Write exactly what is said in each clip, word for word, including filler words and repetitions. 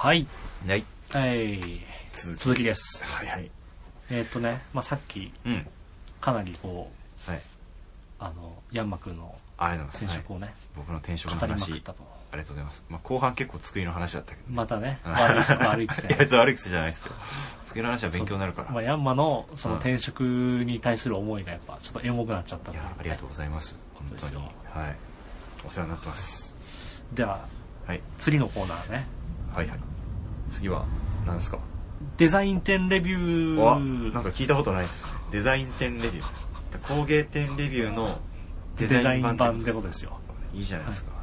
はい。 はい。 はい。続き、続きです。 はいはい。 えーっとね、まあ、さっき、 うん。 かなりこう、 はい。 あの、ヤンマくんの転職をね、はい、 僕の転職の話、ありがとうございます。まあ、後半結構作りの話だったけど、ね。またね、悪い、悪い癖。 いや、別に悪い癖じゃないですよ。作りの話は勉強になるから。 まあ、ヤンマのその転職に対する思いがやっぱちょっとエモくなっちゃったんで、 いや、ありがとうございます。本当に。はい。お世話になってます。 では、はい、次のコーナーね。 はいはい。次は何ですか？ デザイン展レビュー。 なんか聞いたことないです。デザイン展レビュー。工芸展レビューのデザイン版ってことですよ。いいじゃないですか。はい、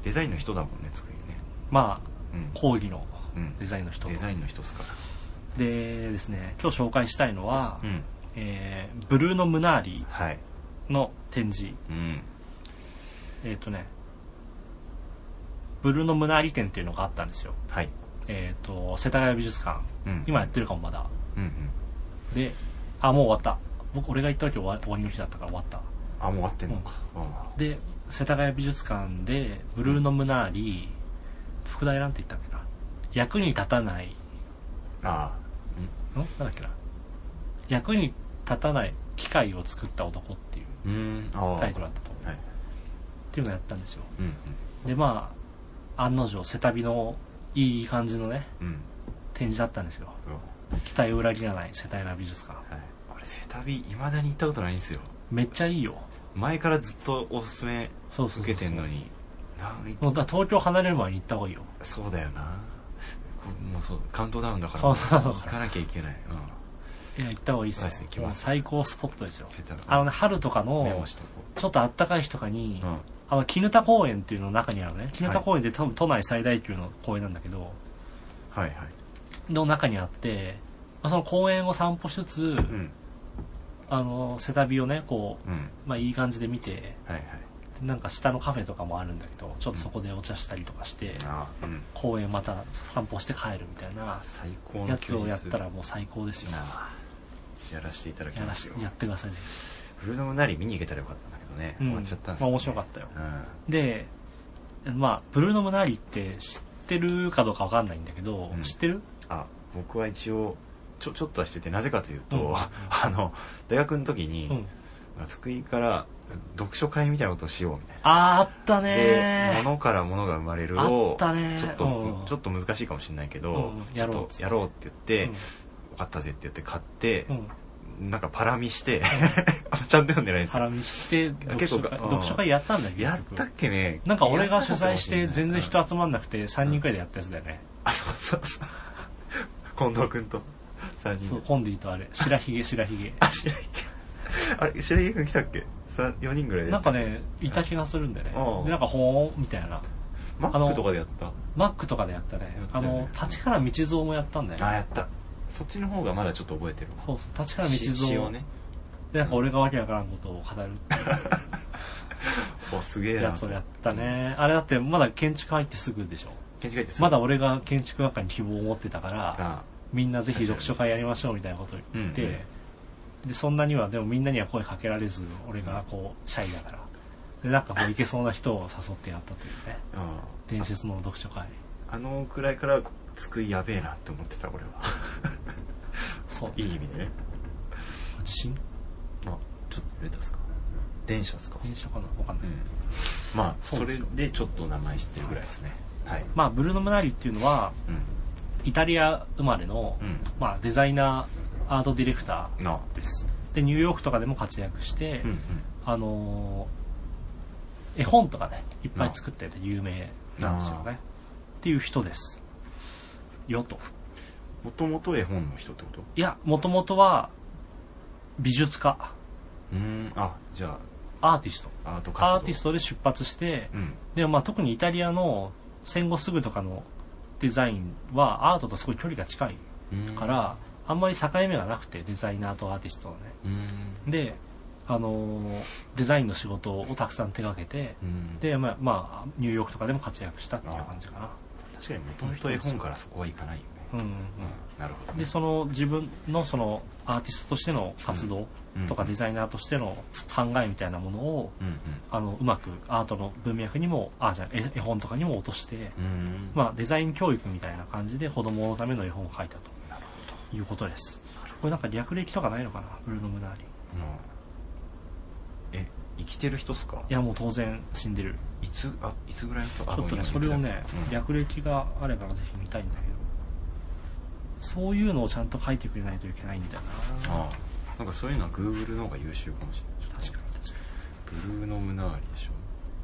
デザインの人だもんね、作りね。 まあ、うん、講義のデザインの人、 うん。デザインの人ですから。 でですね、今日紹介したいのは、うん、えー、ブルーノ・ムナーリの展示。はい、うん、えっ、ー、とね、ブルーノ・ムナーリ展っていうのがあったんですよ。はい。えっ、ー、と、世田谷美術館、うん。今やってるかもまだ。うんうん、で、あ、もう終わった。僕、俺が行った時終わ終わりの日だったから終わった。 あ、もう終わってんのか。 うん、で、世田谷美術館で、ブルーノ・ムナーリ、副題なんて言ったっけな。役に立たない。ああ。んなんだっけな。役に立たない機械を作った男っていうタイトルだったと思う。はい、っていうのをやったんですよ。うんうん、で、まあ、案の定、世田美のいい感じのね、うん、展示だったんですよ。うん、期待を裏切らない世田谷美術館。はい、 俺、世田美、未だに行ったことないんですよ。 めっちゃいいよ。 前からずっとおすすめ受けてんのに。 もうだ東京離れる前に行った方がいいよ。 そうだよな。もうそう、カウントダウンだから行かなきゃいけない。 うん、いや、行った方がいいっすね。もう最高スポットですよ。あのね、春とかのちょっと暖かい日とかに、うん、あの絹田公園っていうの中にあるね、絹田公園って多分都内最大級の公園なんだけど、はいはい、の中にあって、まあ、その公園を散歩しつつ、うん、あの世田美をねこう、うん、まあいい感じで見て、はいはい、なんか下のカフェとかもあるんだけど、ちょっとそこでお茶したりとかして、うん、公園また散歩して帰るみたいなやつをやったらもう最高ですよ。 やらせていただきますよ。 やってくださいね。 ブルーノ・ムナーリ見に行けたらよかったんだけどね、うん、終わっちゃったんですよ、ね。 まあ面白かったよ。うん、で、まあブルーノ・ムナーリって知ってるかどうかわかんないんだけど、うん、知ってる？ あ、僕は一応ちょちょっとはしてて、なぜかというと、うん、あの大学の時に、うん、津久井から読書会みたいなことをしようみたいな。 あーあったねー。 で、物から物が生まれるを、 あったねー。 ちょっと、うん、ちょっと難しいかもしれないけど、うん、やろうやろうって言って、うん、分かったぜって言って買って、うん、なんかパラ見して、うん、ちゃんと読んでないんですよ。 パラ見して読書会、読書会やったんだけど。 やったっけね。 なんか俺が主催して全然人集まんなくてさんにんくらいでやったやつだよね。 あ、そうそうそう。近藤くんとさんにん。 そう、コンディとあれ、白ひげ、白ひげ。 あ、白ひげ。あれ、白ひげくん来たっけ？よにんぐらいでなんかねいた気がするんでね、でなんかほーんみたいな。 マックとかでやった？ マックとかでやったね。あの立原道蔵もやったんだよね。 あ、やった。そっちの方がまだちょっと覚えてる。 そうそう、立原道蔵ね。でなんか俺がわけわからんことを語るっていうお、すげえなやつをやったね。あれだってまだ建築入ってすぐでしょ。 建築入ってすぐ。 まだ俺が建築学科に希望を持ってたから、みんなぜひ読書会やりましょうみたいなことを言って、うんうん、でそんなにはでもみんなには声かけられず、俺がこうシャイだからでなんかこういけそうな人を誘ってやったというね伝説の読書会。 あのくらいから津久井やべえなって思ってた俺は。そういい意味でね。 地震？ あ、ちょっと揺れたっすか？電車ですか？ 電車かな、わかんない、うん、 まあそれでちょっと名前知ってるぐらいですね。はい、 まあブルーノ・ムナーリっていうのは、うん、イタリア生まれの、うん、まあ、デザイナーアートディレクターです。でニューヨークとかでも活躍して、うんうん、あのー、絵本とかねいっぱい作ってて有名なんですよねっていう人ですよと。 もともと絵本の人ってこと？ いや、もともとは美術家。 うーん、あ、じゃあアーティストアート活動アーティストで出発して、うん、でまあ特にイタリアの戦後すぐとかのデザインはアートとすごい距離が近いから、あんまり境目がなくてデザイナーとアーティストのね。で、あのー、デザインの仕事をたくさん手がけて、で、まあ、まあ、ニューヨークとかでも活躍したっていう感じかな。 確かにもともと絵本からそこはいかないよね。 うんうんうん、 なるほど、ね、 でその自分のそのアーティストとしての活動とかデザイナーとしての考えみたいなものを、うんうん、あのうまくアートの文脈にもあじゃあ絵本とかにも落として、うんうん、まあ、デザイン教育みたいな感じで子供のための絵本を描いたということです。これなんか略歴とかないのかな、ブルーノ・ムナーリ、 うん、え生きてる人っすか？ いやもう当然死んでる。 いつあいつぐらいの人？ ちょっとねそれをね、うん、略歴があればぜひ見たいんだけど、そういうのをちゃんと書いてくれないといけないんだよな。ああ、なんかそういうのは Google の方が優秀かもしれない。 確かに確かに。ブルーノ・ムナーリでしょ。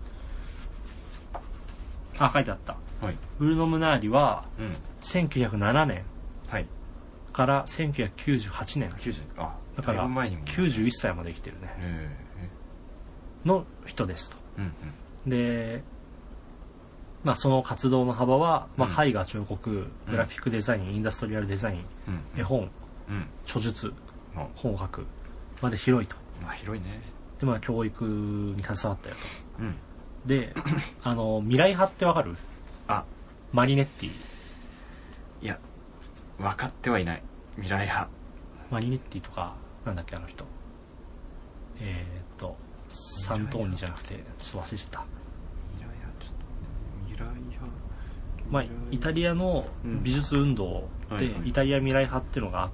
あ、書いてあった、 はい、 ブルーノ・ムナーリは、うん、せんきゅうひゃくななねんからせんきゅうひゃくきゅうじゅうはちねん、 きゅうじゅうあだからきゅうじゅういっさいまで生きてるね、の人ですと、うんうん、でまあ、その活動の幅は、まあ、絵画、彫刻、グラフィックデザイン、インダストリアルデザイン、絵本、著述、本を書くまで広いと。 まあ広いね。 で、まあ教育に携わったよと。うん、で、あの未来派ってわかる？ あ、 マリネッティ。 いや、分かってはいない。未来派。 マリネッティとかなんだっけあの人。えー、っとサントーニじゃなくてちょっと忘れちゃった。まあ、イタリアの美術運動で、イタリア未来派っていうのがあって、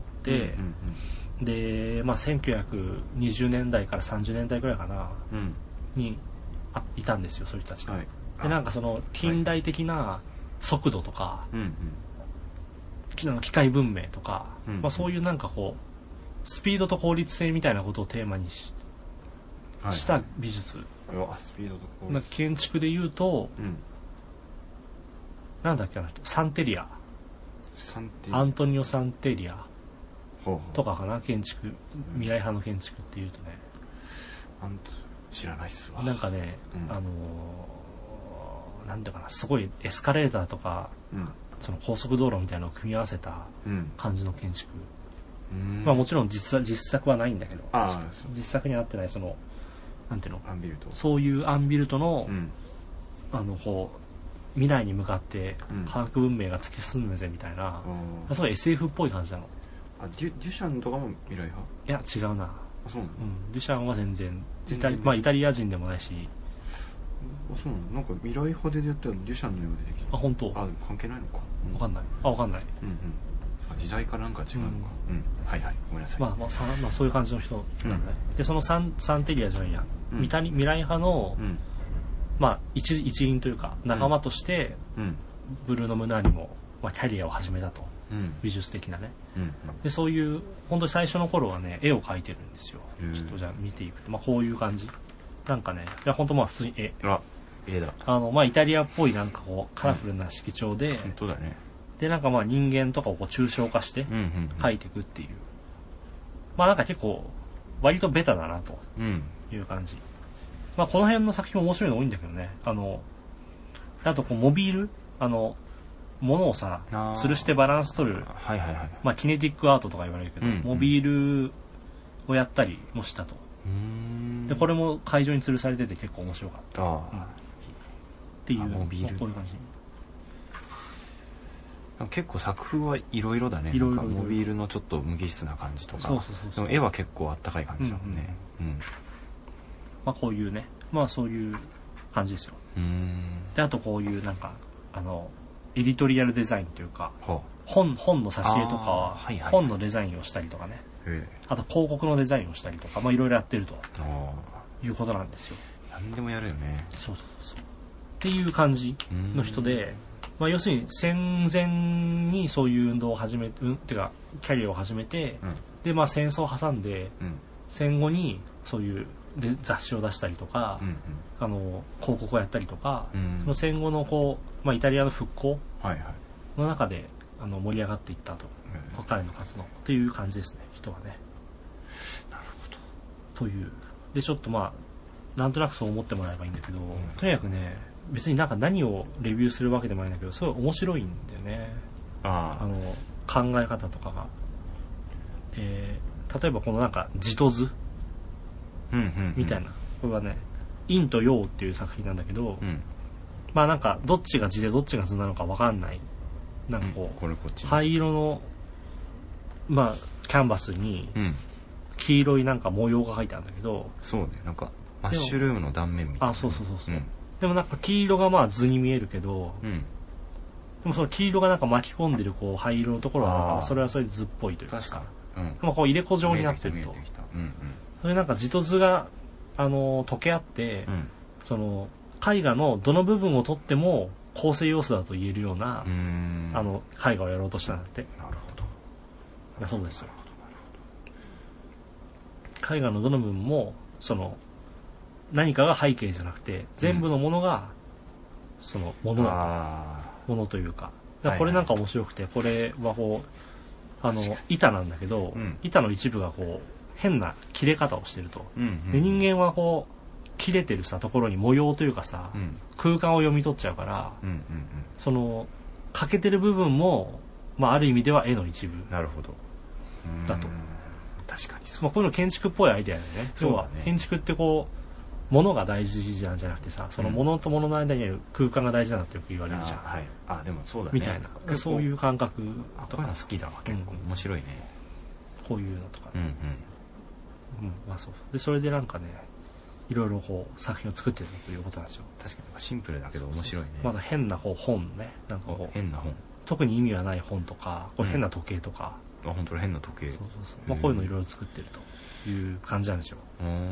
で、まあ、せんきゅうひゃくにじゅうねんだいからさんじゅうねんだいぐらいかな、うん、にあいたんですよ、そういう人たちが、はい、でなんかその近代的な速度とか、はい、機械文明とか、うん、まあ、そういうなんかこうスピードと効率性みたいなことをテーマに し,、はい、した美術、 うわスピードと効率建築でいうと、うん、なんだっけあの人、サンテリア。 サンテリア。 アントニオ・サンテリアとかかな、建築、未来派の建築っていうとね。 あん知らないっすわ。 なんかね、うん、あのー、なんていうかな、すごいエスカレーターとか、うん、その高速道路みたいなのを組み合わせた感じの建築。うん、まあもちろん実は実作はないんだけど、実作には合ってないその、なんていうの、 アンビルト。 そういうアンビルトの、うん、あの、こう、未来に向かって科学文明が突き進むぜみたいな、うん、すごい エスエフ っぽい感じなの。 あ、デュ、デュシャンとかも未来派？ いや違うな。 あ、そうなの？ うん、デュシャンは全然イタリ、まあ、イタリア人でもないし。 あ、そうなの？なんか未来派でやったらデュシャンのようでできる。 あ、本当？ あ、関係ないのか。 うん、わかんない。あ、わかんない。うんうん。 あ、時代かなんか違うのか。うん。うん、はいはい。ごめんなさい。 まあまあ、さまあ、そういう感じの人なんだね。うん、で、そのサン、サンテリアじゃないや。うん、未来派の、うん、まあ、一, 一員というか仲間として、うん、ブルーノ・ムナーリも、まあ、キャリアを始めたと、うん、美術的なね、うんうん、でそういう本当に最初の頃はね絵を描いてるんですよ、うん、ちょっとじゃあ見ていくと、まあ、こういう感じなんかね、いや本当まあ普通に絵あ絵だあの、まあ、イタリアっぽいなんかこうカラフルな色調で、うん、 本当だね、 でなんかまあ人間とかをこう抽象化して描いていくっていう、うんうんうん、まあなんか結構割とベタだなという感じ、うん、まあ、この辺の作品も面白いの多いんだけどね。あの、あとこうモビール、あの、物をさ、吊るしてバランス取る、 はいはいはい、 まあ、キネティックアートとか言われるけど、うんうん、モビールをやったりもしたと。うーんで、これも会場に吊るされてて結構面白かった。あ、うん、っていう、 モビール。 こういう感じ。 結構作風はいろいろだね。 いろいろ。 モビールのちょっと無機質な感じとか。 そうそうそうそう。 でも絵は結構あったかい感じだもんね。うん、うんうん、 まあこういうね、まあそういう感じですよ。うーんで、あとこういうなんか、あの、エディトリアルデザインというか、本、本の挿絵とかは、はいはい、本のデザインをしたりとかね、あと広告のデザインをしたりとか、まあいろいろやってるということなんですよ。 何でもやるよね。 そうそうそう。っていう感じの人で、まあ要するに戦前にそういう運動を始め、うんてかキャリアを始めて、うん、でまあ戦争を挟んで、うん、戦後にそういうで雑誌を出したりとか、うんうん、あの広告をやったりとか、うん、その戦後のこう、まあ、イタリアの復興の中で、はいはい、あの盛り上がっていったと、うん、彼の活動という感じですね、人はね。 なるほど。 というでちょっとまあなんとなくそう思ってもらえばいいんだけど、うん、とにかくね別になんか何をレビューするわけでもないんだけど、すごい面白いんだよね。ああの考え方とかが。で例えばこのなんか字と図みたいな、これはね陰と陽っていう作品なんだけど、うん、まあなんかどっちが字でどっちが図なのか分かんないなんかこう、 うん、これこっち灰色のまあキャンバスに黄色いなんか模様が描いてあるんだけど、 そうね、なんかマッシュルームの断面みたいな。 あ、そうそうそうそう、うん、でもなんか黄色がまあ図に見えるけど、うん、でもその黄色がなんか巻き込んでるこう灰色のところはなんかそれはそれで図っぽいというかさ、うん、まあこう入れ子状になってると、うんうん、それなんか字と図があの溶け合って、うん、その絵画のどの部分を取っても構成要素だと言えるような、うーん、あの絵画をやろうとしたんだって。 なるほど。 いや、そうですよ。絵画のどの部分もその何かが背景じゃなくて全部のものがそのものだと、うん、ものというか、だからこれなんか面白くて、これはこうあの板なんだけど、うん、板の一部がこう変な切れ方をしてると、うんうん、で人間はこう切れてるさところに模様というかさ、うん、空間を読み取っちゃうから、うんうんうん、その欠けてる部分も、まあ、ある意味では絵の一部なるほどだと。 確かにそう、 まあ、こういうの建築っぽいアイデアだよね。要は建築ってこう物が大事なんじゃなくてさ、その物と物の間にある空間が大事なんだってよく言われるじゃん、 あ、はい、あ、でもそうだねみたいな、そういう感覚とか好きだわ。結構面白いね、 うん、こういうのとか、ね、うんうん、うん、まあそうで、それでなんかねいろいろこう作品を作ってるということなんですよ。 確かにシンプルだけど面白いね。 まだ変なこう本ね、なんかこう変な本、 特に意味はない本とか、こう変な時計とか、 うん、あ、本当に変な時計、そうそうそう、まあ、こういうのいろいろ作ってるという感じなんですよ。うーん、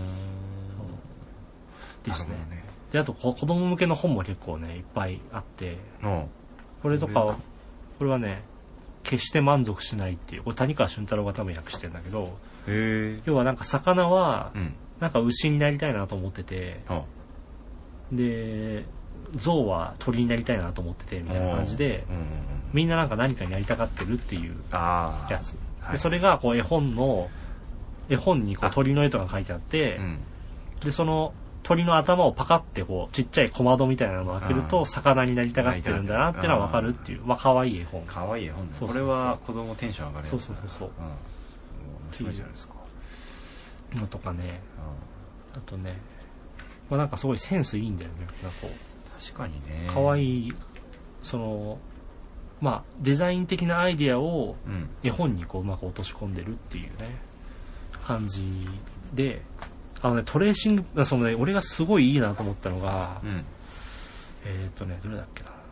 ですね。ね、であと子供向けの本も結構ねいっぱいあって、これとかはこれはね決して満足しないっていう、これ谷川俊太郎が多分訳してるんだけど、へ、要はなんか魚は、うん、なんか牛になりたいなと思ってて、で象は鳥になりたいなと思っててみたいな感じで、うんうんうん、みんななんか何かになりたがってるっていうやつ、はい、でそれがこう絵本の絵本にこう鳥の絵とか書いてあって、うん、でその鳥の頭をパカってこうちっちゃい小窓みたいなのを開けると魚になりたがってるんだなっていうのは分かるっていう、まあ可愛い絵本。 可愛い絵本ね。これは子供テンション上がるやつ。 そうそうそうそう。 うん、面白いじゃないですか。 のとかね、うん、あとね、まあ、なんかすごいセンスいいんだよね。なんかこう確かにね。 可愛いそのまあデザイン的なアイディアを絵本にこううまく落とし込んでるっていうね感じで。あのね、トレーシング、そのね、俺がすごいいいなと思ったのが、うん、えっとね、どれだっけな。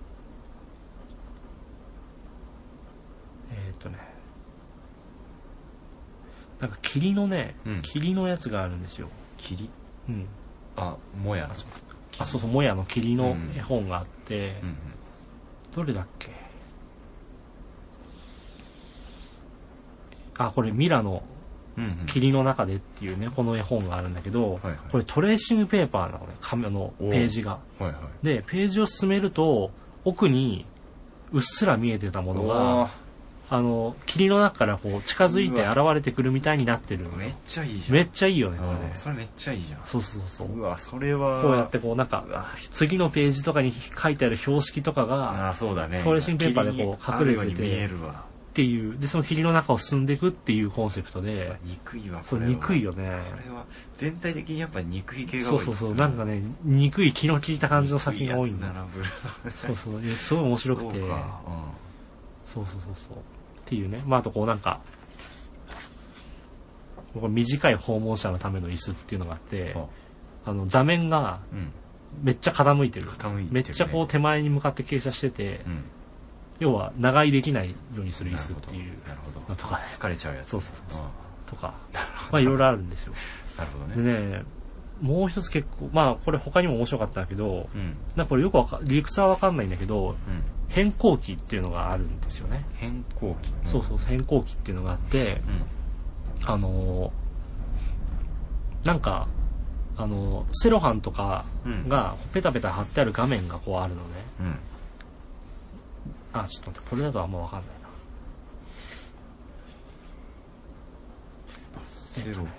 えっとね、なんか霧のね、うん、霧のやつがあるんですよ。 霧？ うん。 あ、もや。 あ、そうそう、もやの霧の絵本があって、うんうん、どれだっけ。あ、これミラの霧の中でっていうねこの絵本があるんだけど、はいはい、これトレーシングペーパーなのね、紙のページが、はいはい、でページを進めると奥にうっすら見えてたものがあの霧の中からこう近づいて現れてくるみたいになってる。 めっちゃいいじゃん。 めっちゃいいよねこれね。 それめっちゃいいじゃん。 そうそうそう。 うわ、それはこうやってこうなんか次のページとかに書いてある標識とかが、 あ、そうだね、 トレーシングペーパーでこう隠れてて見えるわっていう、でその霧の中を進んでいくっていうコンセプトで。 憎いわこれは。そう憎いよね。 これは全体的にやっぱり憎い系が多い。そうそうそう、なんかね憎い気の利いた感じの作品が多いんだ。そうそう、すごい面白くて、そうか、うん、そうそうそうそうっていうね。まああとこうなんかこれ短い訪問者のための椅子っていうのがあって、うん、あの座面がめっちゃ傾いてる、傾いてるね、めっちゃこう手前に向かって傾斜してて、うん、要は長居できないようにする椅子っていうのとか、ね、 疲れちゃうやつ。 そうそうそう、うん、とかまあいろいろあるんですよ。 なるほどね。 でね、もう一つ結構まあこれ他にも面白かったんだけど、うん、なんかこれよくわか理屈は分かんないんだけど、うん、変更期っていうのがあるんですよね。 変更期、 うん、そうそう、変更期っていうのがあって、うん、あのー、なんかあのー、セロハンとかがペタペタ貼ってある画面がこうあるのね、うん、あ、ちょっと待って、これだとあんま分かんないな。セロハンね。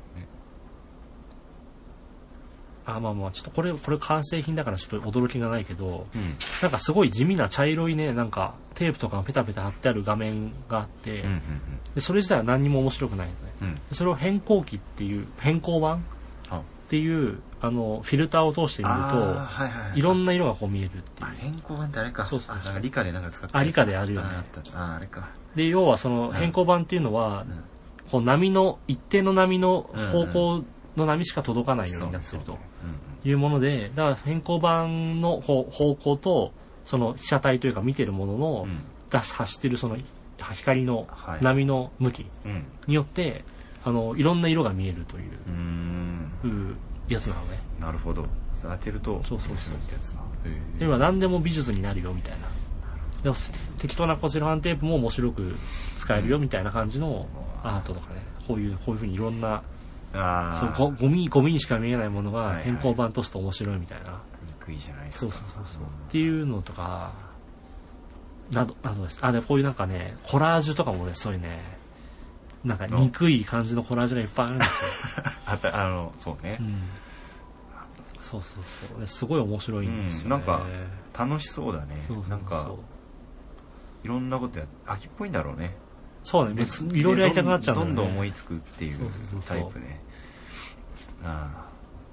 あ、まあまあちょっとこれこれ完成品だからちょっと驚きがないけど、うん、なんかすごい地味な茶色いね、なんかテープとかがペタペタ貼ってある画面があって、うんうんうん、でそれ自体は何にも面白くないのね、うん、それを変更期っていう変更版、 っていうあのフィルターを通してみると、はいはいはい、いろんな色がこう見えるっていう。あ、 変更板ってあれか。そうそうそう。理科でなんか使ってあ、理科であるよね。 あ、あれか。 で、要はその変更板っていうのは、うん、こう波の一定の波の方向の波しか届かないようになってるというもので、だから変更板の方向とその被写体というか見てるものの出し発してるその光の波の向きによって、あのいろんな色が見えるという。うーんやつなのね。 なるほど。当てるとそうそうそうってやつな。で今何でも美術になるよみたいな。でも適当なこうセロハンテープも面白く使えるよみたいな感じのアートとかね。こういうこういう風にいろんなあそうゴミゴミにしか見えないものが変更板とすと面白いみたいな。 憎いじゃないですか。 そうそうそうそう。っていうのとかなどなどです。あでこういうなんかねコラージュとかもねそういうね。なんか憎い感じのコラージュがいっぱいあるんですよ。 あたあのそうね、うん、 そうそうそうすごい面白いんですよね、 うん、なんか楽しそうだね。そうそうそうなんかいろんなことや秋っぽいんだろうね。 そうね別いろいろやりたくなっちゃうんだよね。 どんどん思いつくっていうタイプね。ああ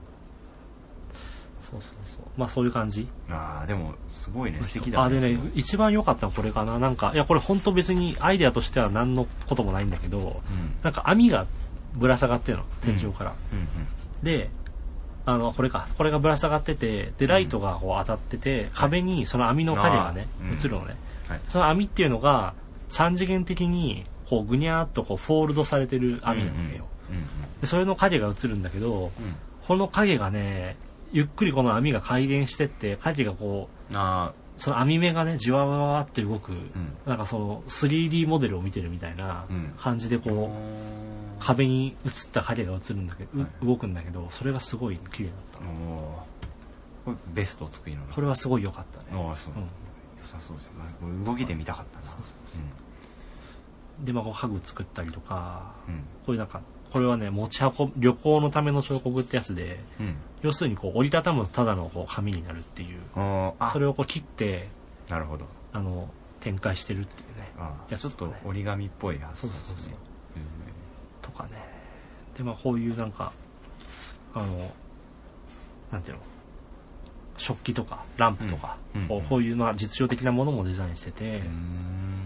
そうそうそうまあそういう感じ。 ああでもすごいね素敵だね。 あでね一番良かったのはこれかな。なんかいやこれ本当別にアイデアとしては何のこともないんだけど、うん、なんか網がぶら下がってるの天井から、うんうんうん、であのこれかこれがぶら下がっててでライトがこう当たってて、うん、壁にその網の影がね、はい、映るのね、うんはい、その網っていうのが三次元的にこうぐにゃーっとこうフォールドされてる網なわけよ、うんうんうん、でそれの影が映るんだけど、うん、この影がねゆっくりこの網が回転してって影がこうあその網目がねじわわわって動く、うん、なんかその スリーディー モデルを見てるみたいな感じでこう、うん、壁に映った影が映るんだけど、はい、動くんだけどそれがすごい綺麗だった。 これベストを作りのこれはすごい良かったね。 ああそう、うん、良さそうじゃん。これ動きで見たかったな。そうそうそう、 うん、でまあこう家具作ったりとか、うん、こういうなんかこれはね持ち運ぶ旅行のための彫刻ってやつで、うん、要するにこう折りたたむただのこう紙になるっていう、それをこう切ってなるほどあの展開してるっていうねやつ、ね、ちょっと折り紙っぽいやつですね。そうそうそう、うん、 とかね。でまあこういうなんかあのなんていうの食器とかランプとか、うん、こうこういうのは実用的なものもデザインしてて、うん、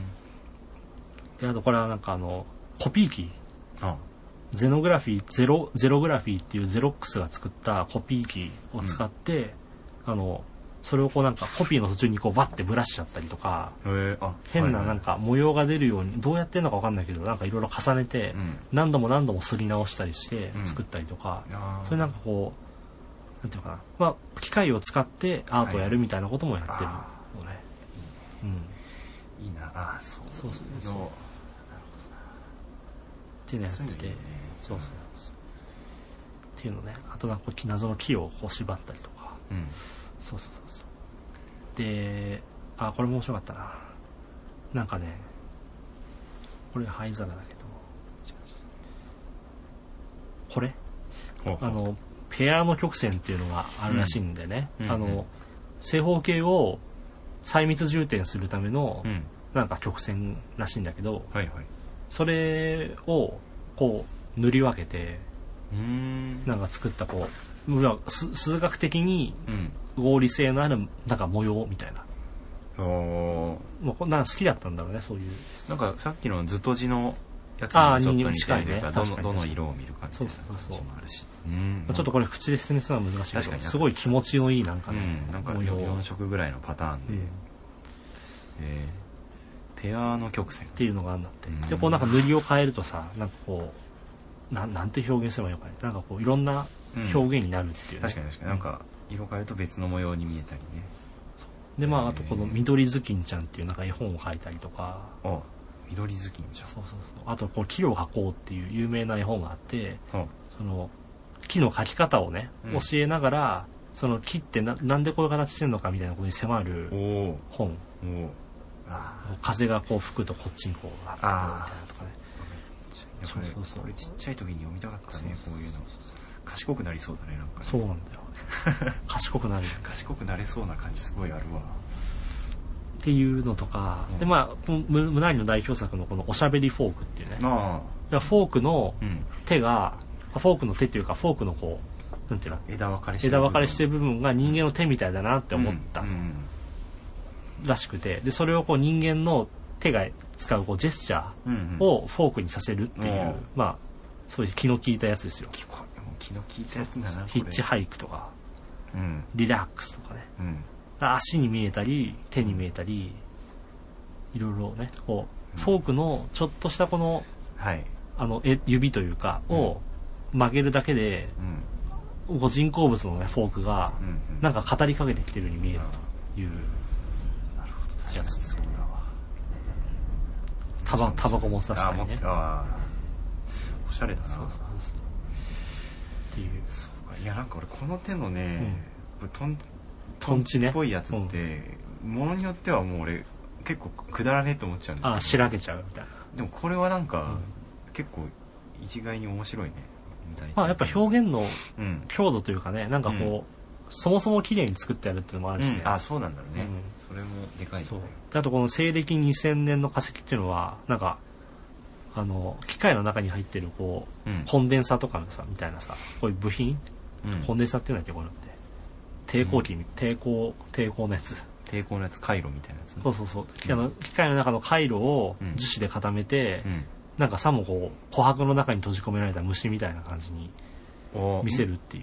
であとこれはなんかあのコピー機あゼノグラフィーゼロゼログラフィーっていうゼロックスが作ったコピー機を使って、うん、あのそれをこうなんかコピーの途中にこうバッてブラシちゃったりとか、えー、あ変ななんか模様が出るようにどうやってんのか分かんないけどなんかいろいろ重ねて、うん、何度も何度もすり直したりして作ったりとか、うん、それなんかこうなんていうかな、まあ機械を使ってアートをやるみたいなこともやってるのね。はい、 うん、いいなあ。そうそうそうそう。っていうのやってて、そうそうそうっていうのね。あとなんか謎の木をこう縛ったりとか、うん、そうそうそうそう。で、あこれも面白かったな。なんかね、これ灰皿だけど、これあのペアの曲線っていうのがあるらしいんでね、うん、あの、うんうん、正方形を細密充填するための、うん、なんか曲線らしいんだけど、はいはい、それをこう塗り分けてうーんなんか作ったこう数学的に合理性のあるなんか模様みたいな、うん、もうなんか好きだったんだろうねそういう。 なんかさっきの図閉じのやつにちょっと似てるというか、どの、どの色を見るかみたいな感じもあるし、うんちょっとこれ口で説明するのは難しいけどすごい気持ちのいいなんかね、 うん、なんかよん色ぐらいのパターンで、うんえー、ペアの曲線っていうのがあるんだって、うん、でこうなんか塗りを変えるとさなんかこうな ん, なんて表現すればいいのかねなんかこういろんな表現になるっていう、ねうん、 確かに確かになんか色変えると別の模様に見えたりね。 でまああとこの緑ずきんちゃんっていうなんか絵本を描いたりとか、 あ緑ずきんちゃんそうそうそうあとこう木を描こうっていう有名な絵本があって、その木の描き方をね、うん、教えながらその木って な, なんでこういう形してるのかみたいなことに迫る本。おあ風がこう吹くとこっちにこうなってくるみたいなとかね。 そうそうそうこれちっちゃい時に読みたかったね。こういうの賢くなりそうだねなんかね。 そうなんだよ賢くなる賢くなれそうな感じすごいあるわっていうのとか、うん、でまあムナリの代表作のこのおしゃべりフォークっていうねあフォークの手が、うん、フォークの手っていうかフォークのこうなんていうの枝分かれしてる枝分かれしてる部分が人間の手みたいだなって思ったらしくて、でそれをこう人間の手が使うこうジェスチャーをフォークにさせるっていう、うんうん、まあそういう気の利いたやつですよ。 気の利いたやつだな。 ヒッチハイクとか、うん、リラックスとかね、うん、足に見えたり手に見えたりいろいろねこう、うん、フォークのちょっとしたこの、はい、あのえ指というかを曲げるだけで、うん、こう人工物の、ね、フォークがなんか語りかけてきてるように見えるという、うん、なるほど確かにそうだわ。タバタバコもさせたりね。ああおしゃれだな。 そうそうそうっていう。 そうかいやなんか俺この手のね、うん、トントンチねっぽいやつって、うん、ものによってはもう俺結構くだらねえと思っちゃうんですけど。 ああしらけちゃうみたいな。 でもこれはなんか、うん、結構一概に面白いね。 まあやっぱ表現の強度というかね、うん、なんかこう、うん、そもそも綺麗に作ってあるっていうのもあるしね。 うん、あそうなんだろうね、うん、それもでかいね。そうあとこの西暦にせんねんの化石っていうのはなんかあの機械の中に入ってるこう、うん、コンデンサーとかのさみたいなさこういう部品、うん、コンデンサーっていうんだっけこういうのって抵抗器、うん、抵抗抵抗のやつ抵抗のやつ回路みたいなやつ、ね、 そうそうそう、うん、機械の中の回路を樹脂で固めて、うん、なんかさもこう琥珀の中に閉じ込められた虫みたいな感じに見せるっていう。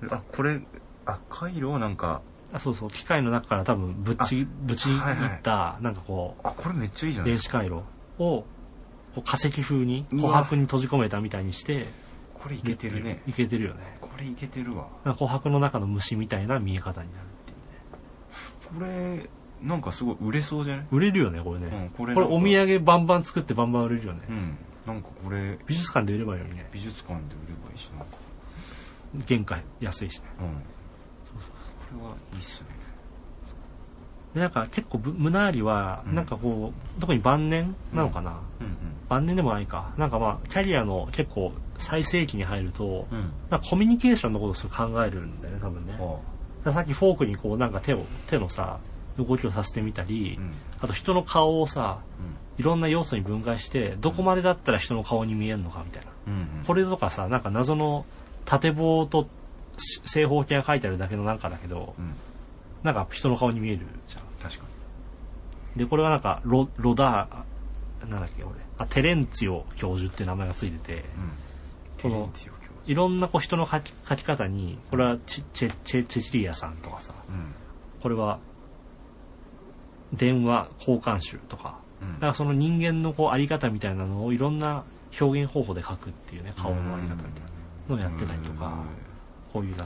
あこれあ回路をなんかあそうそう機械の中から多分ぶちぶちいった、はいはい、なんかこうあこれめっちゃいいじゃないですか。電子回路を化石風に琥珀に閉じ込めたみたいにしてこれいけてるね。 いけてるよね。 これいけてるわ。 なんか琥珀の中の虫みたいな見え方になるっていうね。これなんかすごい売れそうじゃない？ 売れるよねこれね、うん、これこれお土産バンバン作ってバンバン売れるよね。 うんなんかこれ美術館で売ればいいのにね。 美術館で売ればいいしなんか原価安いしね。うんそうそうこれはいいっすね。 でなんか結構胸有はなんかこう、うん、特に晩年なのかな、うんうんうん、晩年でもないかなんかまあキャリアの結構最盛期に入ると、うん、なんかコミュニケーションのことをすごい考えるんだよね多分ね。さっきフォークにこうなんか手を手のさ動きをさせてみたり、うん、あと人の顔をさ、うん、いろんな要素に分解してどこまでだったら人の顔に見えるのかみたいな、うんうん、これとかさなんか謎の縦棒と正方形が書いてあるだけのなんかだけど、うん、なんか人の顔に見えるじゃん。 確かに。でこれはなんかロロダーなんだっけ俺あテレンツィオ教授っていう名前がついてて、うん、このいろんなこう人の書き書き方にこれはチチェチェチェチリアさんとかさ、うん、これは電話交換集とか、うん、だからその人間のこうあり方みたいなのをいろんな表現方法で書くっていうね顔のあり方みたいなのをやってたりとか、うん、こういうなんか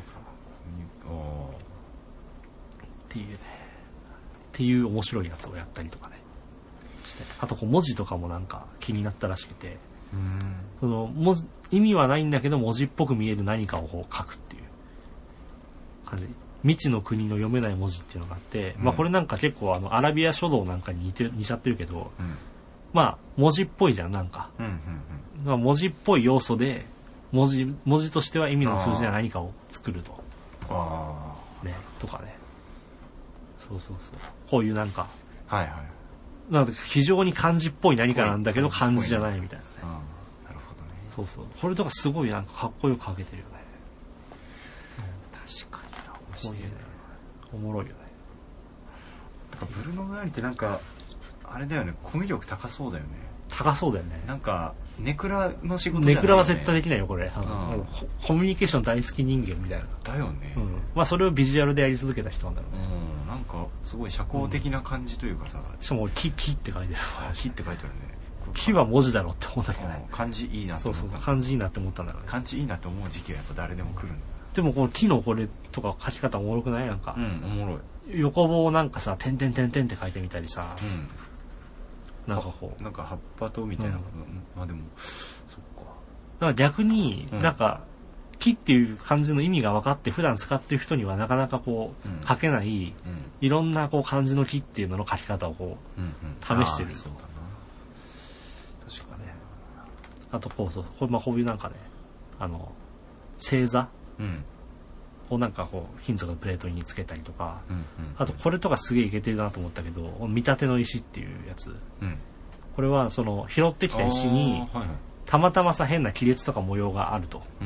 っていうねっていう面白いやつをやったりとかねしてあとこう文字とかもなんか気になったらしくてうんその文字意味はないんだけど文字っぽく見える何かをこう書くっていう感じ未知の国の読めない文字っていうのがあって、うん、まあこれなんか結構あのアラビア書道なんかに似て似ちゃってるけど、うん、まあ文字っぽいじゃんなんか、うんうんうんまあ、文字っぽい要素で文字文字としては意味の通じない何かを作るとあねとかねそうそうそうこういうなんかはいはいなんか非常に漢字っぽい何かなんだけど漢字じゃないみたいなねあなるほどねそうそうこれとかすごいなんかかっこよく書けてるよね、 うん、確かにな面白いねおもろいよねなんかブルーノ・ガーリってなんかあれだよねコミュ力高そうだよね高そうだよねなんかネクラの仕事じゃないよねネクラは絶対できないよこれ、うん、コミュニケーション大好き人間みたいなだよね、 うん、まあそれをビジュアルでやり続けた人なんだろうね、 うん、なんかすごい社交的な感じというかさ、うん、 しかも木木って書いてる木って書いてあるね木は文字だろって思ったけどね、 うん、漢字いいなって思ったそうそう漢字いいなって思ったんだろうね漢字いいなって思う時期はやっぱ誰でも来るんだでもこの木のこれとか書き方おもろくないなんかうんおもろい横棒をなんかさ点々点々って書いてみたりさ、うんなんかこうなんか葉っぱとみたいな、うん、まあでもそっかだから逆になんか、うん、木っていう漢字の意味が分かって普段使ってる人にはなかなかこう、うん、書けない、うん、いろんなこう漢字の木っていうのの書き方をこう、うんうん、試してるとそうだな確かねあとこうそうこれまあこういうなんかねあの星座、うんをなんかこう金属のプレートにつけたりとか、うんうんうん、あとこれとかすげえいけてるなと思ったけど見立ての石っていうやつ、うん、これはその拾ってきた石にたまたまさ変な亀裂とか模様があると、うん、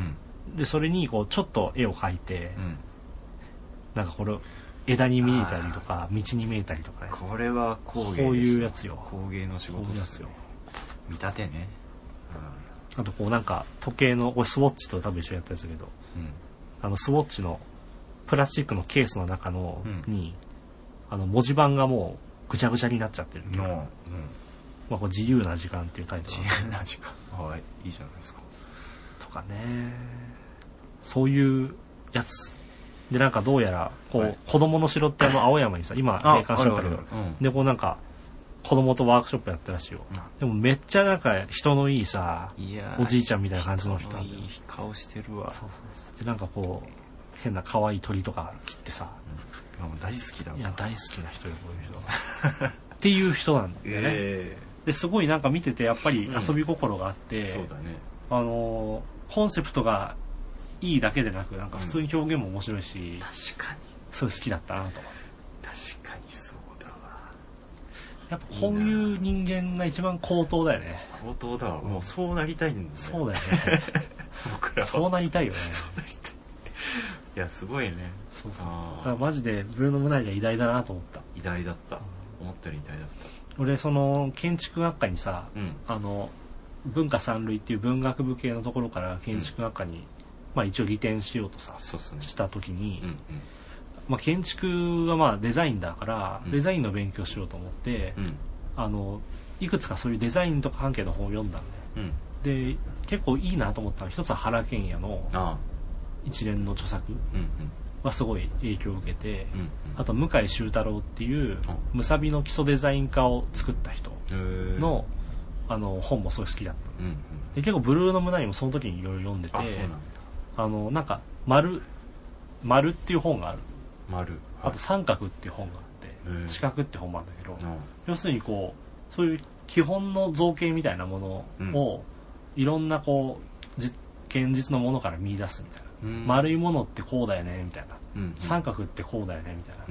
でそれにこうちょっと絵を描いて、うん、なんかこれ枝に見えたりとか道に見えたりとかね。 これは工芸ですよ。 こういうやつよ。 工芸の仕事ですよ。見立てね。 うん、あとこうなんか時計のこれスウォッチと多分一緒にやったやつだけど、うん、あのスウォッチのプラスチックのケースの中の、うん、にあの文字盤がもうぐちゃぐちゃになっちゃってる。うん。うん、まあこれ自由な時間っていうタイトル。 自由な時間。はい、いいじゃないですか。 とかね。そういうやつ。でなんかどうやらこう、はい、子供の城ってあの青山にさ今閉館しちゃったけど、うん、でこうなんか子供とワークショップやってるらしいよ、うん、でもめっちゃなんか人のいいさおじいちゃんみたいな感じの人なんだよ。 いい顔してるわ。そうそうそう。でなんかこう変な可愛い鳥とか切ってさ、 うん、もう大好きだわ。 いや大好きな人よこういう人っていう人なんだよね、えー、ですごいなんか見ててやっぱり遊び心があって、うん、 そうだね。 あのコンセプトがいいだけでなくなんか普通に表現も面白いし、うん、 確かにすごい好きだったなと。 確かにそうだわ。 やっぱこういう人間が一番高等だよね。 高等だわ、うん、もうそうなりたいんだよね。 そうだよね僕らはそうなりたいよね。 そうなりたい。いやすごいね。 そうそうそう。だからマジでブルーノ・ムナリが偉大だなと思った。 偉大だった、うん、思ったより偉大だった。 俺その建築学科にさ、うん、あの文化三類っていう文学部系のところから建築学科に、うん、まあ一応移転しようとさ、ね、した時に、うんうん、まあ、建築はまあデザインだから、うん、デザインの勉強しようと思って、うん、あのいくつかそういうデザインとか関係の本を読んだんで、うん、で結構いいなと思ったのは一つは原賢也の一連の著作はすごい影響を受けて、うんうん、あと向井秀太郎っていうむさびの基礎デザイン科を作った人の、あの本もすごい好きだった、うんうん、で結構ブルーノ・ムナリもその時にいろいろ読んでて、あのなんか丸丸っていう本がある。 丸、はい、 あと三角っていう本があって四角っていう本もあるんだけど、要するにこうそういう基本の造形みたいなものを、うん、いろんなこう現実のものから見出すみたいな、うん、丸いものってこうだよねみたいな、うんうん、三角ってこうだよねみたいな、うん、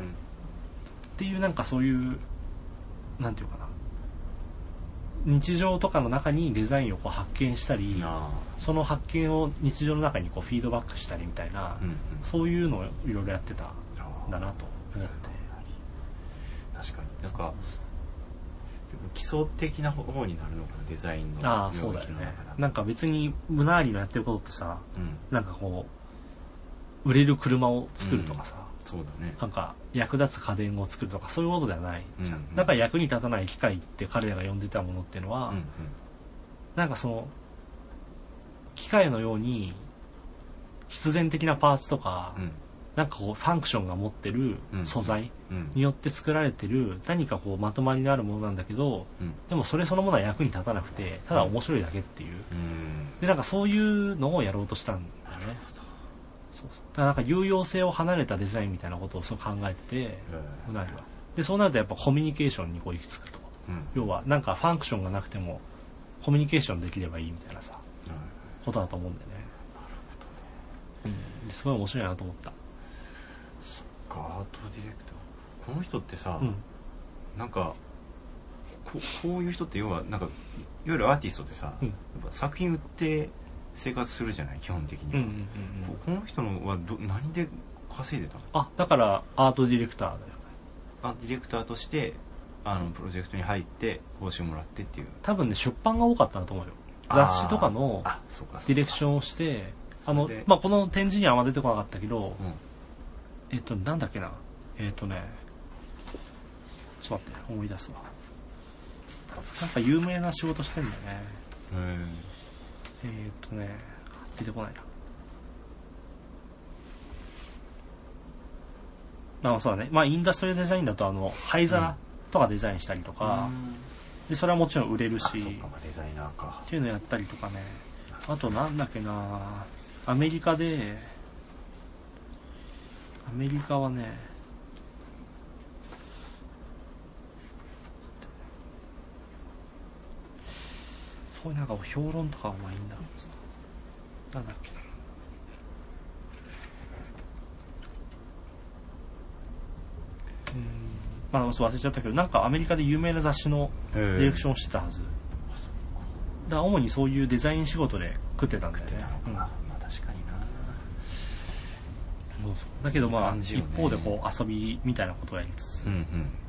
っていうなんかそういうなんていうかな、日常とかの中にデザインをこう発見したり、その発見を日常の中にこうフィードバックしたりみたいな、うんうん、そういうのをいろいろやってたんだなと思って。 確かになんか基礎的な方になるのかな、デザインの。 ああそうだよね。なんか別にムナーリのやってることってさ、うん、なんかこう売れる車を作るとかさ、 うん、そうだね、 なんか役立つ家電を作るとかそういうことではないじゃん、うんうん、だから役に立たない機械って彼らが呼んでたものっていうのは、うんうん、なんかその機械のように必然的なパーツとか、うん、なんかこうファンクションが持ってる素材によって作られてる何かこうまとまりのあるものなんだけど、うん、でもそれそのものは役に立たなくてただ面白いだけっていう、うん、でなんかそういうのをやろうとしたんだよね。そうそう、だからなんか有用性を離れたデザインみたいなことをそう考えてて、ムナリは。でそうなるとやっぱコミュニケーションにこう行き着くと、うん、要はなんかファンクションがなくてもコミュニケーションできればいいみたいなさ、うん、ことだと思うんだよね。なるほどね。うん、すごい面白いなと思った。 そっか、アートディレクター、この人ってさ、うん、なんか こ, こういう人って要はなんかいわゆるアーティストってさ、うん、やっぱ作品売って生活するじゃない、基本的には、うんうんうんうん、この人のはど何で稼いでたの？ あ、だからアートディレクターだよね。 あ、ディレクターとしてあのプロジェクトに入って報酬もらってっていう。 多分ね出版が多かったなと思うよ。雑誌とかのディレクションをして、あのまあこの展示にはあんま出てこなかったけど、うん、えっとなんだっけな、えっとねちょっと待って思い出すわ。なんか有名な仕事してんだよね。えー、っとね出てこないな。あ、そうだね。まあインダストリーデザインだとあの灰皿とかデザインしたりとか、うん、でそれはもちろん売れるし、 デザイナーかっていうのやったりとかね。あとなんだっけな、アメリカでアメリカはね、そういうなんか評論とかはまあいいんだろうさ。なんだっけな。うん、まあそう忘れちゃったけど、なんかアメリカで有名な雑誌のディレクションをしてたはず。だから主にそういうデザイン仕事で食ってたんだよね。 うん、まあ確かそうそうだけどまあ、ね、一方でこう遊びみたいなことをやりつつ、うんうん、い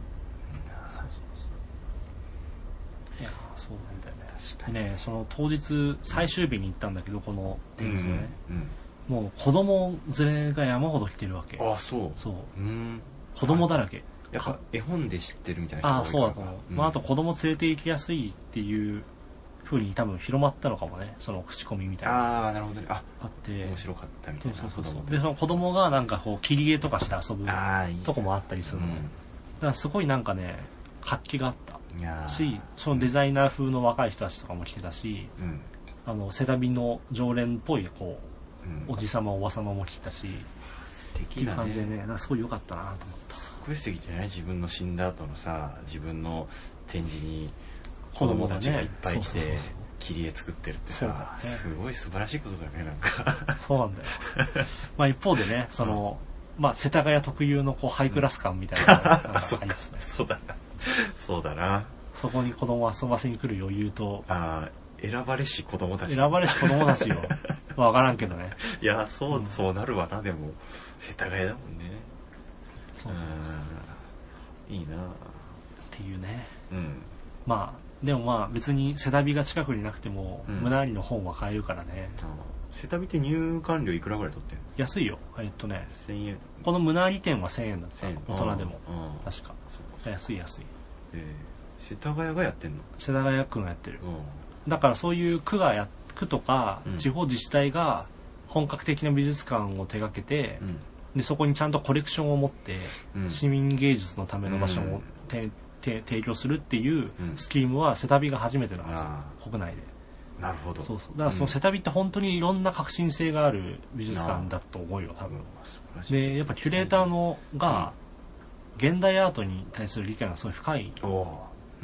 やそうなんだよね。確かにね、その当日最終日に行ったんだけどこの展示ね、うんうんうん、もう子供連れが山ほど来てるわけ。 ああそうそう、うん、子供だらけ。 やっぱ絵本で知ってるみたいな人が多いから。ああそうだと思う、うん、まあ、あと子供連れて行きやすいっていう風に多分広まったのかもね、その口コミみたいな。 ああなるほどね。ああって面白かったみたいな。 そうそうそうそう。でその子供がなんかこう切り絵とかして遊ぶとこもあったりするの、うん、だからすごいなんかね活気があったし、そのデザイナー風の若い人たちとかも来てたし、うん、あのセタビの常連っぽいこう、うん、おじさまおばさまも来てたし、 素敵だね。 っていう感じでね、なんかすごい良かったなと思った。 すごい素敵じゃない？自分の死んだ後のさ、自分の展示に子供たちがいっぱい来て切り絵作ってるってさ、ね、すごい素晴らしいことだね。なんかそうなんだよまあ一方でね、その、うん、まあ世田谷特有のこうハイクラス感みたいなのがありますね。 そうだなそうだな。 そこに子供を遊ばせに来る余裕と、 あ選ばれし子供たち。 選ばれし子供たちよわからんけどね。 いやそう、うん、そうなるわな。でも世田谷だもんね。 そうそうそう、いいなっていうね、 うん、 まあでもまあ別にセタビが近くになくても、うん、ムナーリの本は買えるからね。 セタビって入館料いくらぐらい取ってんの？ 安いよ。えっとねせんえん。このムナーリ店はせんえんだった。大人でも確か。安い安い。 えー、世田谷がやってんの？ 世田谷区がやってる。だからそういう区がや区とか地方自治体が本格的な美術館を手掛けて、うん、でそこにちゃんとコレクションを持って、うん、市民芸術のための場所をて、うん提供するっていうスキームはセタビが初めてなんですよ、うん、国内で。 なるほど。 そうそう。だからそのセタビって本当にいろんな革新性がある美術館だと思うよ多分。でやっぱキュレーターのが現代アートに対する理解がすごい深い。うん、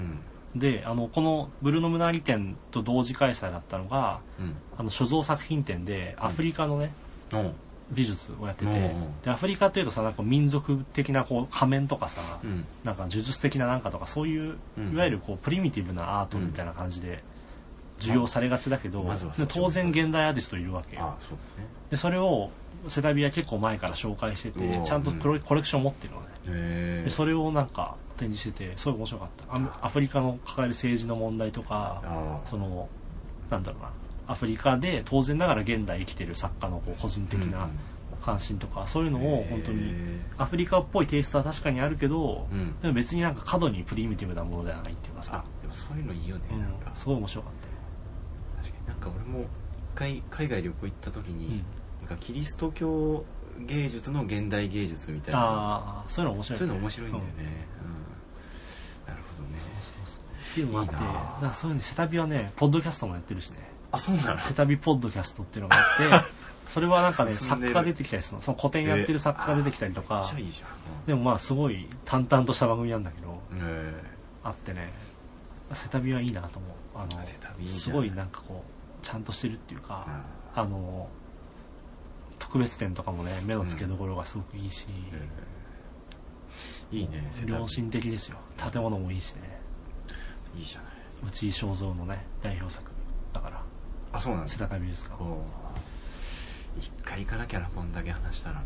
であのこのブルーノ・ムナーリ展と同時開催だったのが、うん、あの所蔵作品展でアフリカのね、うん、美術をやってて、うんうん、でアフリカっていうとさなんか民族的なこう仮面とかさ、うん、なんか呪術的ななんかとかそういう、うん、いわゆるこうプリミティブなアートみたいな感じで受容されがちだけど、うんまずは当然現代アーティストいるわけよ。ああそうだね、でそれをセタビは結構前から紹介しててちゃんとプロ、うん、コレクション持ってるのね。でそれをなんか展示しててすごい面白かった。アフリカの抱える政治の問題とかそのなんだろうなアフリカで当然ながら現代生きてる作家のこう個人的な関心とか、うん、そういうのを本当にアフリカっぽいテイストは確かにあるけど、うん、でも別になんか過度にプリミティブなものではないっていうかさ。 でもそういうのいいよね、 うん、 なんかすごい面白かったよ。 確かになんか俺も一回海外旅行行った時に、うん、なんかキリスト教芸術の現代芸術みたいな、 あそういうの面白い、ね、 そういうの面白いんだよね、うんうん、なるほどね。 そうそうっていうのもあって、だからそういうのセタビはねポッドキャストもやってるしね。 あ、そうなの？ セタビポッドキャストっていうのがあってそれはなんかね作家が出てきたりするの。その古典やってる作家が出てきたりとか、 えー、いいじゃん、 うん、でもまあすごい淡々とした番組なんだけど、えー、あってねセタビはいいなと思う。あのセタビいいすごいなんかこうちゃんとしてるっていうか、うん、あの特別展とかもね目の付けどころがすごくいいし、うんえー、いいね。 良心的ですよ。建物もいいしね。 いいじゃない。 内井正蔵のね代表作だから。 あ、そうなんですか。世田谷美術館。 一回行かなきゃな、こんだけ話したら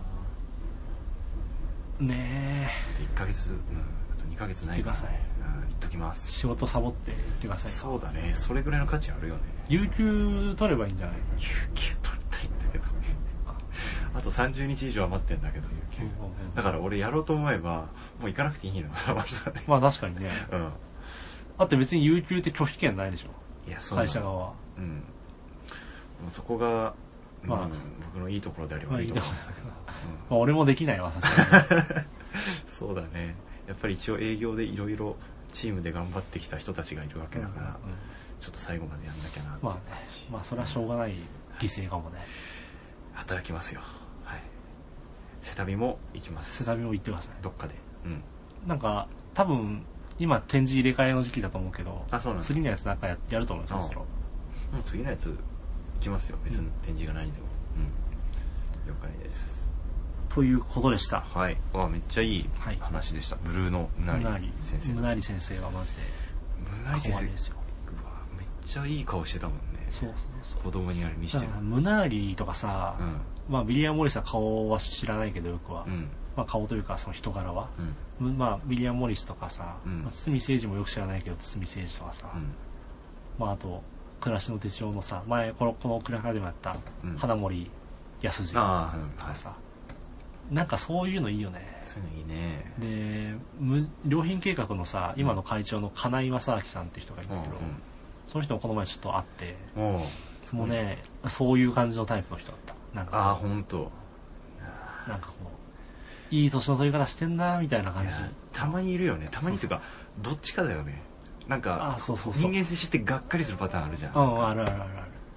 な。ねえ。でいっかげつ、うん、あとにかげつないから、ね。行ってください。うん、行っときます。 仕事サボって行ってください。 そうだね。それぐらいの価値あるよね。 有給取ればいいんじゃない？ 有給取りたいんだけどね。あとさんじゅうにち以上余ってんだけど、有給。うんうんうん、だから俺やろうと思えば、もう行かなくていいのさ、まずはね。 まあ確かにね。うん。だって別に有給って拒否権ないでしょ。 いや、そう会社側は。 うん。もうそこが、まあ、うん、僕のいいところであればいいところだけど。まあ俺もできないわ、さすがに。 そうだね。やっぱり一応営業でいろいろチームで頑張ってきた人たちがいるわけだから、うんうんうん、ちょっと最後までやんなきゃなって。 まあね。まあそれはしょうがない犠牲かもね。 働きますよ。はい。セタビも行きます。 セタビも行ってください。 どっかで。うん。 なんか、多分、今展示入れ替えの時期だと思うけど、 あ、そうなん次のやつなんか や, やると思いますよ。 もう次のやつ行きますよ。別に展示がないんでも。うん。了解です。 ということでした。 はい。わあ、めっちゃいい話でした。はい、ブルーのムナーリ先生。 ムナーリ先生はマジで。 ムナーリ先生ですよ。うわ、めっちゃいい顔してたもんね。 そうそうそう、 子供にあれ見せてる。 ムナーリとかさ、うん、まあビリアム・モリスは顔は知らないけどよくは、うん、まあ顔というかその人柄は、うん、まあビリアム・モリスとかさ、うん、まあ、堤誠二もよく知らないけど堤誠二とかさ、うん、まああと暮らしの手帳のさ、前このこのクラハラでもやった、うん、花森康二とかさ、うん、なんかそういうのいいよね。 そういうのいいね。 で無良品計画のさ、今の会長の金井正明さんって人がいるんだけど、うん、その人もこの前ちょっと会って、もうね、そういう感じのタイプの人だった。なんかああ本当。 なんかこういい年の取り方してんなみたいな感じ。 たまにいるよね。たまにっていうかどっちかだよね。なんかあそうそうそう、 人間性知ってがっかりするパターンあるじゃん。 うん、あるあるあるある。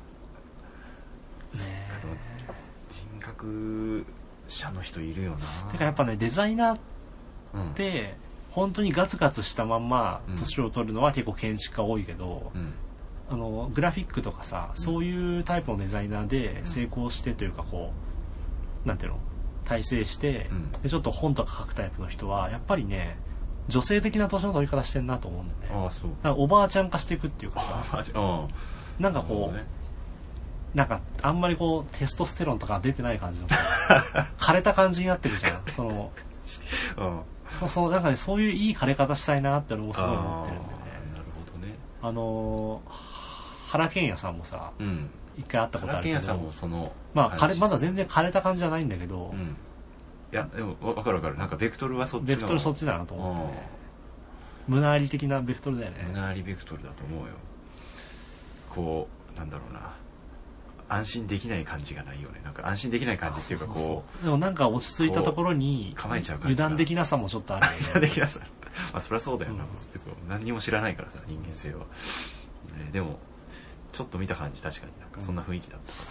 ねえ。人格者の人いるよな。 てかやっぱね、デザイナーって、うん、本当にガツガツしたまんま年を取るのは結構建築家多いけど、うん、あのグラフィックとかさ、うん、そういうタイプのデザイナーで成功してというかこうなんていうの大成して、うん、でちょっと本とか書くタイプの人はやっぱりね女性的な年の取り方してんなと思うんだよね。 ああそう。 なんかおばあちゃん化していくっていうかさ、なんかこう、ね、なんかあんまりこうテストステロンとか出てない感じの枯れた感じになってるじゃん。その、うん、そうそうなんかねそういういい枯れ方したいなって俺もすごい思ってるんでね。 なるほどね。 あの原健也さんもさ、うん、一回会ったことあるけど、 原健也さんもそのまあ枯れまだ全然枯れた感じじゃないんだけど。うん、 いやでも分かる分かる。なんかベクトルはそっちのベクトルそっちだなと思ってね。ムナーリ的なベクトルだよね。 ムナーリベクトルだと思うよ。こうなんだろうな、安心できない感じがないよね。なんか安心できない感じっていうかこう、そうそうそう、でもなんか落ち着いたところに構えちゃう感じ、 油断的なさもちょっとあるよね。 油断的なさ、まあそりゃそうだよな、うん、何にも知らないからさ人間性は、ね、でもちょっと見た感じ確かになんかそんな雰囲気だったから、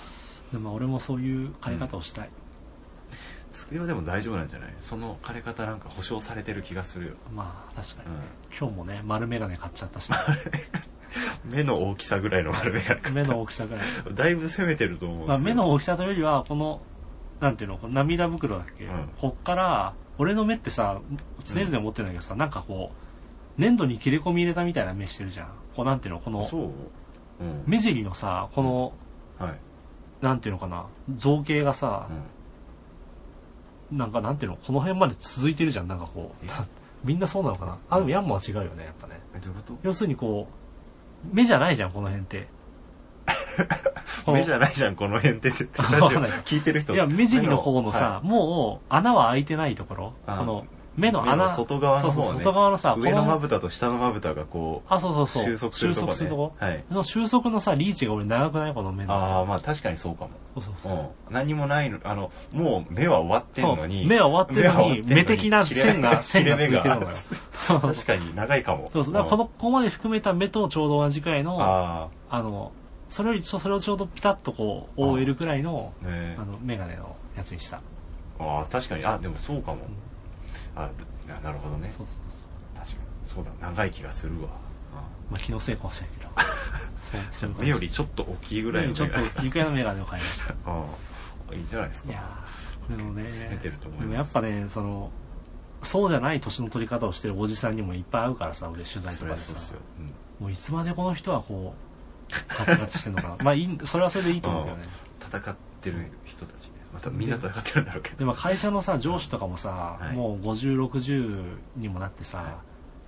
でも俺もそういう枯れ方をしたい。 机はでも大丈夫なんじゃない？その枯れ方なんか保証されてる気がするよ。 まあ確かに、ね、うん、今日もね丸眼鏡買っちゃったし、ね、 目の大きさぐらいの丸眼鏡買った。 目の大きさぐらいだいぶ攻めてると思うんですよ、 まあ、目の大きさというよりはこのなんていうの涙袋だっけ、うん、こっから俺の目ってさ常々思ってるんだけどさ、うん、なんかこう粘土に切れ込み入れたみたいな目してるじゃん。こうなんていうのこのそう、うん、 目尻のさこの、うん、はい、なんていうのかな造形がさ、うん、なんかなんていうのこの辺まで続いてるじゃん。なんかこうみんなそうなのかな。あでもヤンマは違うよねやっぱね。 えどういうこと？ 要するにこう目じゃないじゃんこの辺って目じゃないじゃんこの辺ってって聞いてる人、 いや目尻の方のさ、はい、もう穴は開いてないところ、この目の穴、 外側の方ね、 そうそう外側のさ上のまぶたと下のまぶたがこう、 あそうそうそう収束するとこ、ね、 収束するとこ、 はい、 その収束のさリーチが俺長くないこの目の。 ああまあ確かにそうかも。そうそうそう、うん、何もないの、あのもう目は終わってんのに、 目は終わってるのに目的な線が線がついてるのよ。 確かに長いかも。 そうそう、だからこのここまで含めた目とちょうど同じくらいの、ああのそれよりそれをちょうどピタッとこう覆えるくらいのあ、ね、あのメガネのやつにした。 ああ確かに、あでもそうかも、うん、あなるほどね。そうそうそう、確かにそうだ、長い気がするわ。 あまあ気のせいかもしれないけどそう目よりちょっと大きいぐらいのちょっと大きいぐらいのメガネを買いましたああいいじゃないですか。 いやでもね攻めてると思います。 でもやっぱねそのそうじゃない年の取り方をしてるおじさんにもいっぱい会うからさ、俺取材とかでさ、うん、もういつまでこの人はこうガツガツしてんのかなまあいい、それはそれでいいと思うけどね。 戦ってる人たちね、またみんな戦ってるんだろうけど。 でも会社のさ上司とかもさ、はい、もうごじゅうろくじゅうにもなってさ、はい、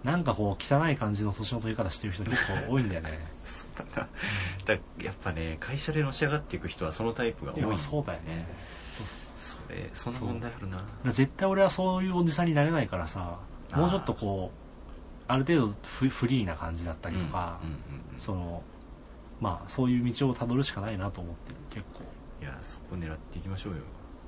なんかこう汚い感じの年の取り方してる人結構多いんだよねそうだな、だやっぱね会社でのし上がっていく人はそのタイプが多い。 そうだよね。 それそんな問題あるな。 絶対俺はそういうおじさんになれないからさ、もうちょっとこうある程度フフリーな感じだったりとか、うんうんうんうん、そのまあそういう道をたどるしかないなと思ってる結構。 いやそこ狙っていきましょうよ。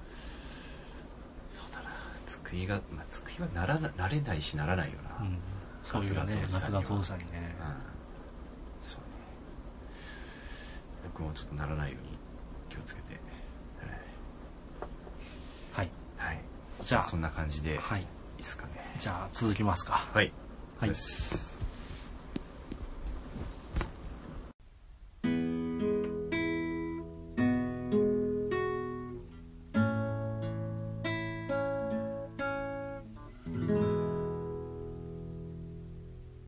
そうだな、救いが、まあ、救いはならななれないしならないよな、うん、 そういうね夏が当社にね、うん、 そうね、僕もちょっとならないように気をつけて、 はいはい、じゃあそんな感じで、はい、いいですかね。 じゃあ続きますか。 はい、 はい。